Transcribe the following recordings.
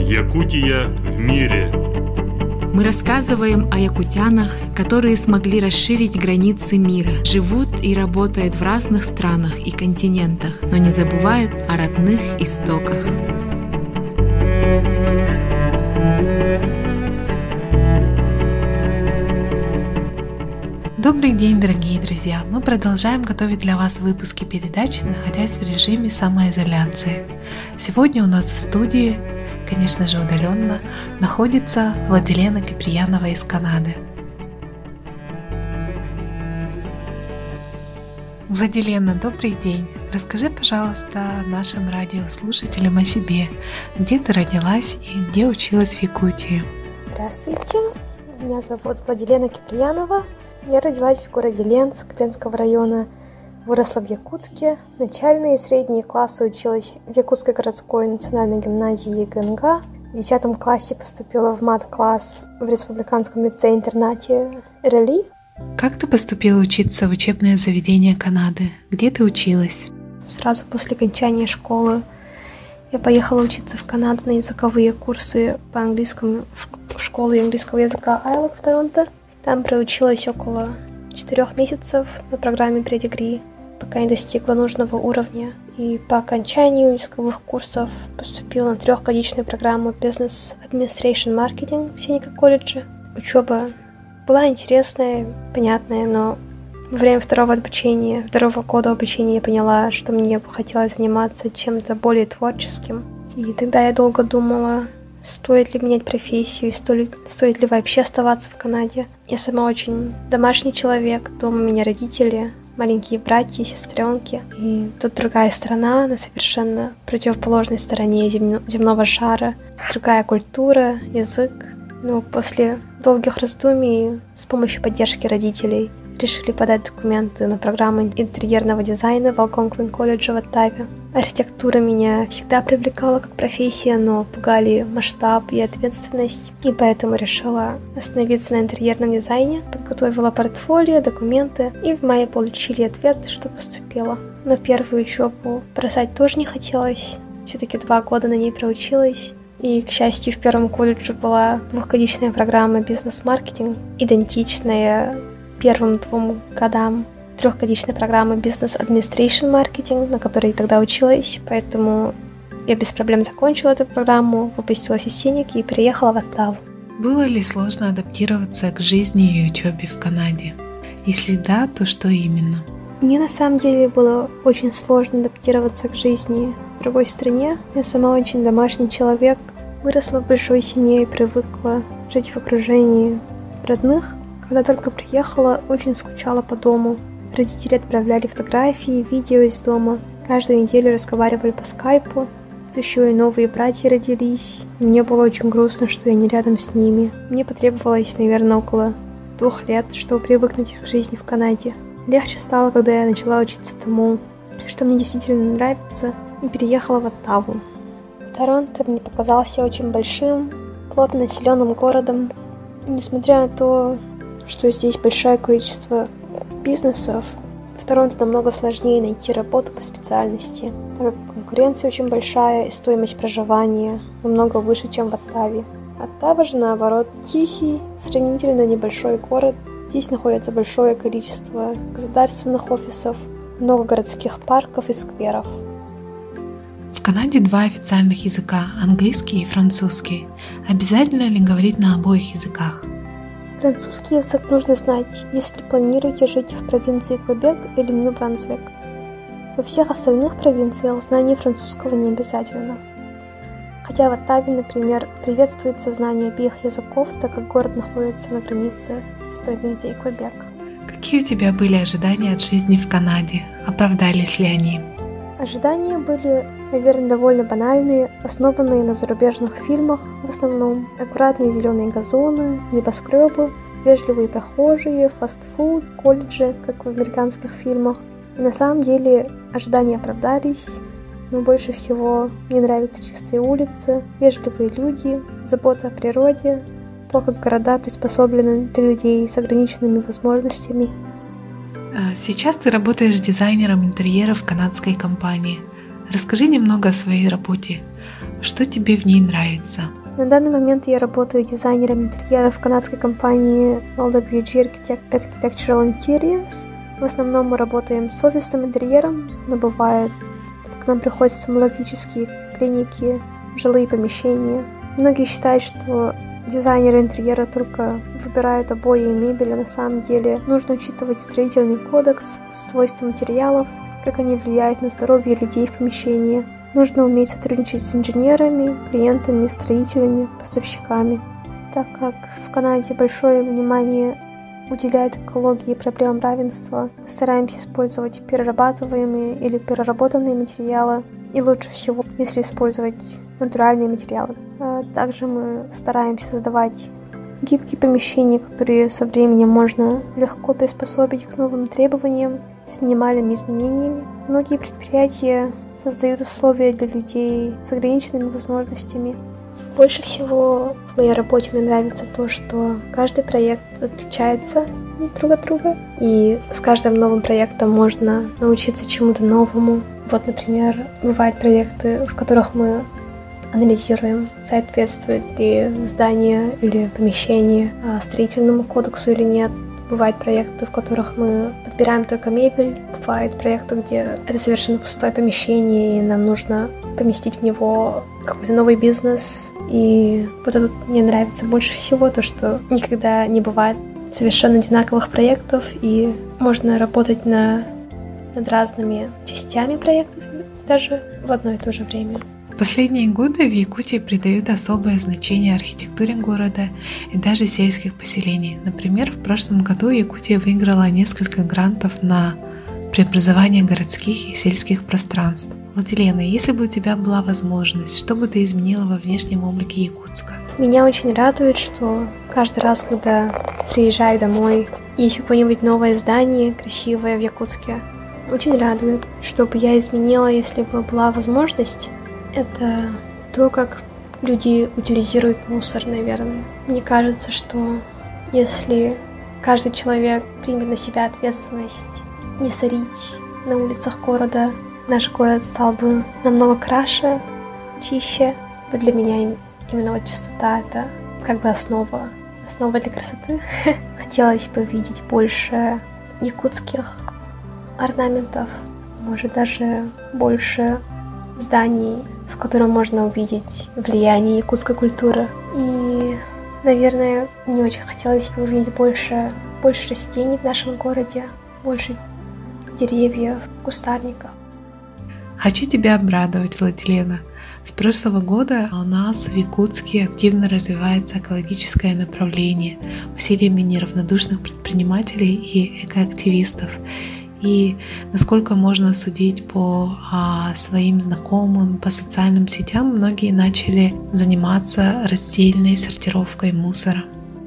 Якутия в мире. Мы рассказываем о якутянах, которые смогли расширить границы мира, живут и работают в разных странах и континентах, но не забывают о родных истоках. Добрый день, дорогие друзья! Мы продолжаем готовить для вас выпуски передач, находясь в режиме самоизоляции. Сегодня у нас в студии, конечно же удаленно, находится Владилена Киприянова из Канады. Владилена, добрый день! Расскажи, пожалуйста, нашим радиослушателям о себе. Где ты родилась и где училась в Якутии? Здравствуйте! Меня зовут Владилена Киприянова. Я родилась в городе Ленск, Ленского района, выросла в Якутске. Начальные и средние классы училась в Якутской городской национальной гимназии ЕГНГ. В 10 классе поступила в мат-класс в республиканском лицее-интернате РЛИ. Как ты поступила учиться в учебное заведение Канады? Где ты училась? Сразу после окончания школы я поехала учиться в Канаду на языковые курсы по английскому в школу английского языка ILAC в Торонто. Там проучилась около 4 месяцев на программе предигри, пока не достигла нужного уровня. И по окончанию языковых курсов поступила на 3-годичную программу Business Administration Marketing в Сенека колледже. Учеба была интересная, понятная, но во время второго года обучения я поняла, что мне бы хотелось заниматься чем-то более творческим. И тогда я долго думала, стоит ли менять профессию, стоит ли вообще оставаться в Канаде. Я сама очень домашний человек, дома у меня родители, маленькие братья, сестренки. И тут другая страна, на совершенно противоположной стороне земного шара, другая культура, язык. Но после долгих раздумий с помощью поддержки родителей решили подать документы на программу интерьерного дизайна в Алгонквин-колледже в Оттаве. Архитектура меня всегда привлекала как профессия, но пугали масштаб и ответственность, и поэтому решила остановиться на интерьерном дизайне, подготовила портфолио, документы, и в мае получили ответ, что поступила. Но первую учебу бросать тоже не хотелось, все-таки 2 года на ней проучилась. И, к счастью, в первом колледже была 2-годичная программа бизнес-маркетинг, идентичная первым 2 годам 3-годичной программы Business Administration Marketing, на которой я тогда училась, поэтому я без проблем закончила эту программу, выпустилась из Сенеки и переехала в Оттаву. Было ли сложно адаптироваться к жизни и учебе в Канаде? Если да, то что именно? Мне на самом деле было очень сложно адаптироваться к жизни в другой стране. Я сама очень домашний человек, выросла в большой семье и привыкла жить в окружении родных. Когда только приехала, очень скучала по дому. Родители отправляли фотографии, видео из дома. Каждую неделю разговаривали по скайпу. Тут еще и новые братья родились. Мне было очень грустно, что я не рядом с ними. Мне потребовалось, наверное, около 2 лет, чтобы привыкнуть к жизни в Канаде. Легче стало, когда я начала учиться тому, что мне действительно нравится, и переехала в Оттаву. Торонто мне показался очень большим, плотно населенным городом. Несмотря на то, что здесь большое количество бизнесов, в Торонто намного сложнее найти работу по специальности, так как конкуренция очень большая и стоимость проживания намного выше, чем в Оттаве. Оттава же, наоборот, тихий, сравнительно небольшой город. Здесь находится большое количество государственных офисов, много городских парков и скверов. В Канаде 2 официальных языка – английский и французский. Обязательно ли говорить на обоих языках? Французский язык нужно знать, если планируете жить в провинции Квебек или Нью-Брансвик. Во всех остальных провинциях знание французского не обязательно. Хотя в Оттаве, например, приветствуется знание обеих языков, так как город находится на границе с провинцией Квебек. Какие у тебя были ожидания от жизни в Канаде? Оправдались ли они? Ожидания были, наверное, довольно банальные, основанные на зарубежных фильмах в основном. Аккуратные зеленые газоны, небоскребы, вежливые прохожие, фастфуд, колледжи, как в американских фильмах. И на самом деле ожидания оправдались, но больше всего мне нравятся чистые улицы, вежливые люди, забота о природе, то, как города приспособлены для людей с ограниченными возможностями. Сейчас ты работаешь дизайнером интерьера в канадской компании. Расскажи немного о своей работе. Что тебе в ней нравится? На данный момент я работаю дизайнером интерьера в канадской компании LWG Architectural Interiors. В основном мы работаем с офисным интерьером, но бывает, к нам приходят стоматологические клиники, жилые помещения. Многие считают, что дизайнеры интерьера только выбирают обои и мебель, а на самом деле нужно учитывать строительный кодекс, свойства материалов, как они влияют на здоровье людей в помещении. Нужно уметь сотрудничать с инженерами, клиентами, строителями, поставщиками. Так как в Канаде большое внимание уделяют экологии и проблемам равенства, мы стараемся использовать перерабатываемые или переработанные материалы, и лучше всего, если использовать натуральные материалы. Также мы стараемся создавать гибкие помещения, которые со временем можно легко приспособить к новым требованиям с минимальными изменениями. Многие предприятия создают условия для людей с ограниченными возможностями. Больше всего в моей работе мне нравится то, что каждый проект отличается друг от друга, и с каждым новым проектом можно научиться чему-то новому. Вот, например, бывают проекты, в которых мы анализируем, соответствует ли здание или помещение строительному кодексу или нет. Бывают проекты, в которых мы подбираем только мебель. Бывают проекты, где это совершенно пустое помещение, и нам нужно поместить в него какой-то новый бизнес. И вот это мне нравится больше всего, то, что никогда не бывает совершенно одинаковых проектов, и можно работать над разными частями проектов даже в одно и то же время. В последние годы в Якутии придают особое значение архитектуре города и даже сельских поселений. Например, в прошлом году Якутия выиграла несколько грантов на преобразование городских и сельских пространств. Владилена, если бы у тебя была возможность, что бы ты изменила во внешнем облике Якутска? Меня очень радует, что каждый раз, когда приезжаю домой, есть какое-нибудь новое здание красивое в Якутске. Очень радует. Что бы я изменила, если бы была возможность, это то, как люди утилизируют мусор, наверное. Мне кажется, что если каждый человек примет на себя ответственность не сорить на улицах города, наш город стал бы намного краше, чище. Вот для меня именно вот чистота — это как бы основа для красоты. Хотелось бы видеть больше якутских орнаментов, может даже больше зданий, в котором можно увидеть влияние якутской культуры. И, наверное, мне очень хотелось бы увидеть больше растений в нашем городе, больше деревьев, кустарников. Хочу тебя обрадовать, Владилена. С прошлого года у нас в Якутске активно развивается экологическое направление усилиями неравнодушных предпринимателей и экоактивистов. И насколько можно судить по своим знакомым, по социальным сетям, многие начали заниматься раздельной сортировкой мусора.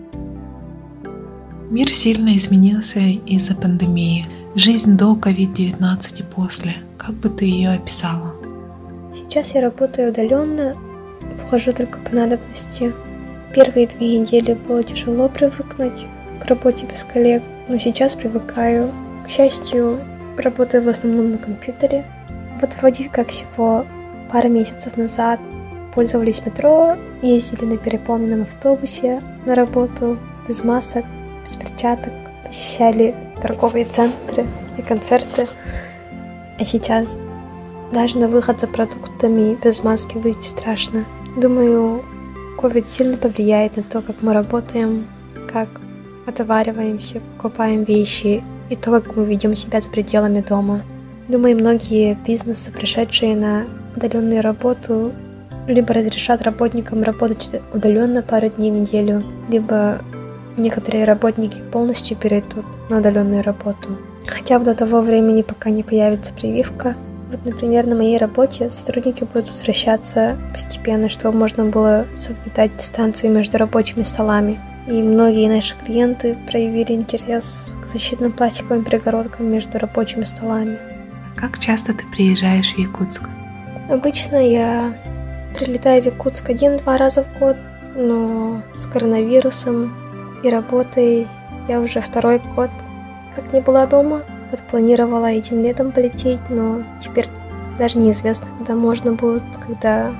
Мир сильно изменился из-за пандемии. Жизнь до COVID-19 и после. Как бы ты ее описала? Сейчас я работаю удаленно, вхожу только по надобности. Первые 2 недели было тяжело привыкнуть к работе без коллег, но сейчас привыкаю. К счастью, работаю в основном на компьютере. Вот вроде как всего пару месяцев назад пользовались метро, ездили на переполненном автобусе на работу, без масок, без перчаток, посещали торговые центры и концерты. А сейчас даже на выход за продуктами без маски выйти страшно. Думаю, COVID сильно повлияет на то, как мы работаем, как отовариваемся, покупаем вещи и то, как мы ведем себя за пределами дома. Думаю, многие бизнесы, пришедшие на удаленную работу, либо разрешат работникам работать удаленно пару дней в неделю, либо некоторые работники полностью перейдут на удаленную работу. Хотя бы до того времени, пока не появится прививка. Вот, например, на моей работе сотрудники будут возвращаться постепенно, чтобы можно было соблюдать дистанцию между рабочими столами. И многие наши клиенты проявили интерес к защитным пластиковым перегородкам между рабочими столами. Как часто ты приезжаешь в Якутск? Обычно я прилетаю в Якутск 1-2 раза в год, но с коронавирусом и работой я уже 2-й год как не была дома. Вот планировала этим летом полететь, но теперь даже неизвестно, когда можно будет, когда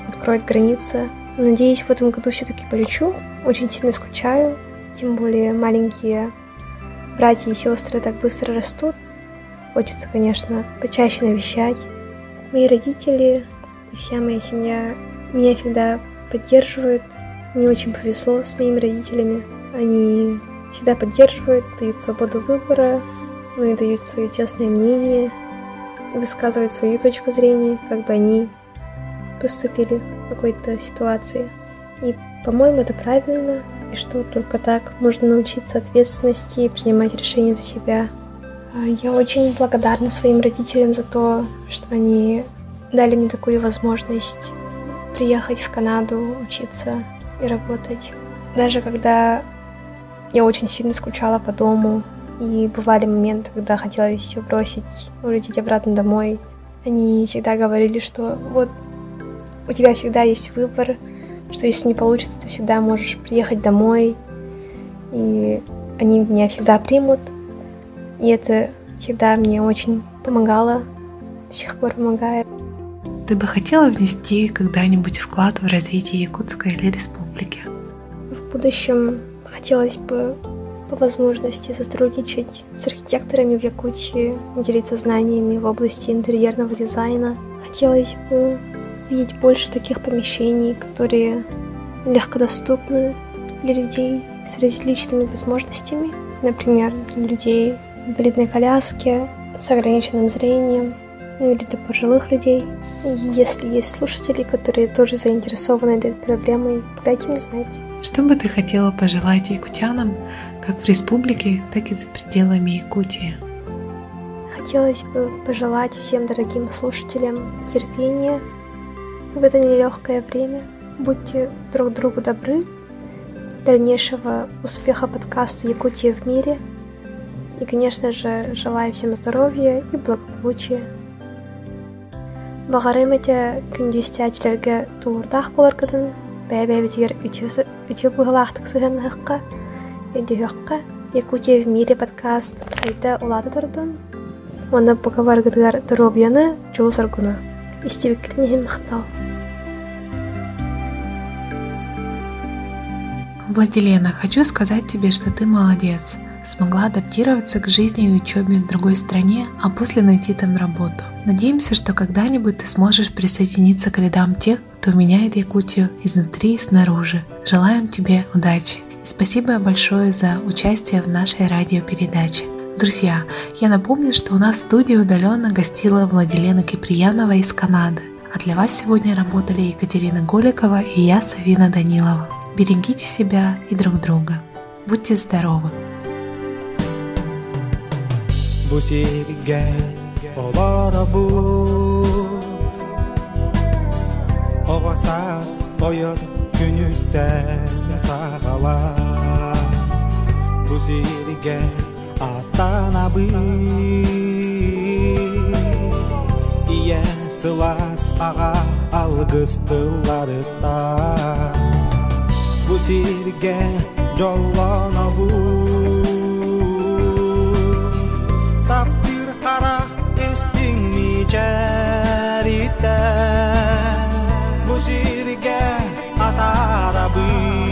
откроет границы. Надеюсь, в этом году все-таки полечу. Очень сильно скучаю, тем более маленькие братья и сестры так быстро растут. Хочется, конечно, почаще навещать. Мои родители и вся моя семья меня всегда поддерживают. Мне очень повезло с моими родителями. Они всегда поддерживают, дают свободу выбора, ну и дают свое честное мнение, высказывают свою точку зрения, как бы они поступили в какой-то ситуации. И, по-моему, это правильно, и что только так можно научиться ответственности и принимать решения за себя. Я очень благодарна своим родителям за то, что они дали мне такую возможность приехать в Канаду, учиться и работать. Даже когда я очень сильно скучала по дому, и бывали моменты, когда хотелось все бросить, улететь обратно домой, они всегда говорили, что вот у тебя всегда есть выбор, что если не получится, ты всегда можешь приехать домой, и они меня всегда примут. И это всегда мне очень помогало, до сих пор помогает. Ты бы хотела внести когда-нибудь вклад в развитие Якутска или республики? В будущем хотелось бы по возможности сотрудничать с архитекторами в Якутии, делиться знаниями в области интерьерного дизайна. Хотелось бы видеть больше таких помещений, которые легкодоступны для людей с различными возможностями. Например, для людей в инвалидной коляске, с ограниченным зрением, ну или для пожилых людей. И если есть слушатели, которые тоже заинтересованы этой проблемой, дайте мне знать. Что бы ты хотела пожелать якутянам, как в республике, так и за пределами Якутии? Хотелось бы пожелать всем дорогим слушателям терпения в это нелегкое время. Будьте друг другу добры. Дальнейшего успеха подкаста «Якутия в мире». И, конечно же, желаю всем здоровья и благополучия. Бағарымыте күндестәчләргә тулырдақ боларкыдын, бәбәбетер үтө бұғылақтық сығыныққа, өйдіғыққа «Якутия в мире» подкаст сайта улады тұрдын. Оны бұғаварғыдығар дұробияны жол сұргыны. Истебеккітін мақтал. Владилена, хочу сказать тебе, что ты молодец. Смогла адаптироваться к жизни и учебе в другой стране, а после найти там работу. Надеемся, что когда-нибудь ты сможешь присоединиться к рядам тех, кто меняет Якутию изнутри и снаружи. Желаем тебе удачи. И спасибо большое за участие в нашей радиопередаче. Друзья, я напомню, что у нас в студии удаленно гостила Владилена Киприянова из Канады. А для вас сегодня работали Екатерина Голикова и я, Савина Данилова. Берегите себя и друг друга. Будьте здоровы! Bu sevgiga olara bu Oğasaz oyur günükdə sağala Bu sevgiga atana bu İye sılas ağa algıstıları da Bu sevgiga jollana bu Muzirge atarabi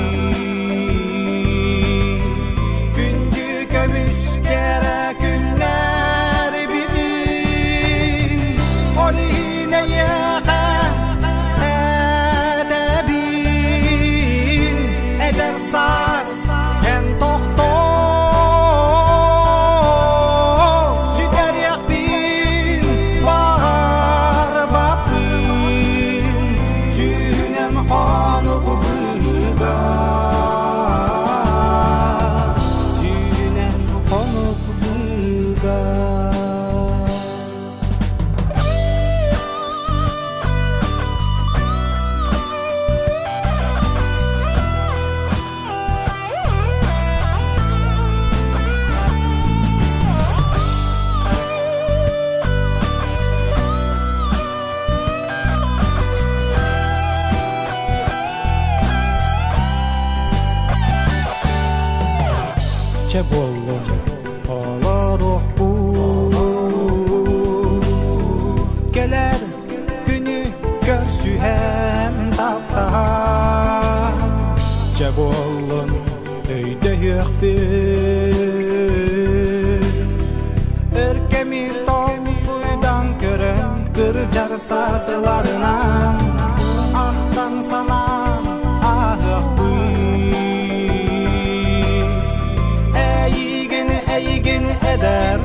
Gündü kömüs kere günler bidin Oline yaka edebin Eder saz en tohto Süter yakbin bahar babin Sünem kanı kubuga Sünem kanı kubuga Çebollu olar bu Geler günü görsühem kemi topuydan gören kırcar sazlarına ahtan sana Eygin eder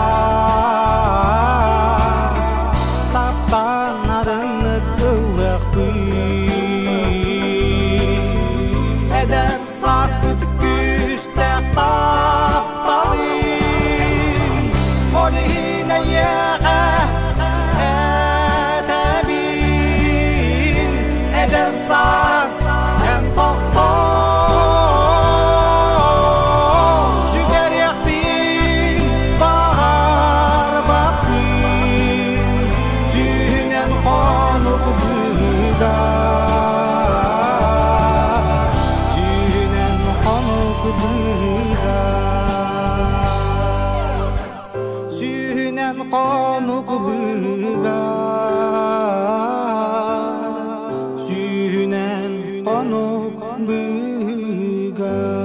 saz Taptan arınır ıllık Eder saz büt güstek taptalı Molihine yeğe edebin Eder saz en toktor Konuk bügar, sünen konuk bügar.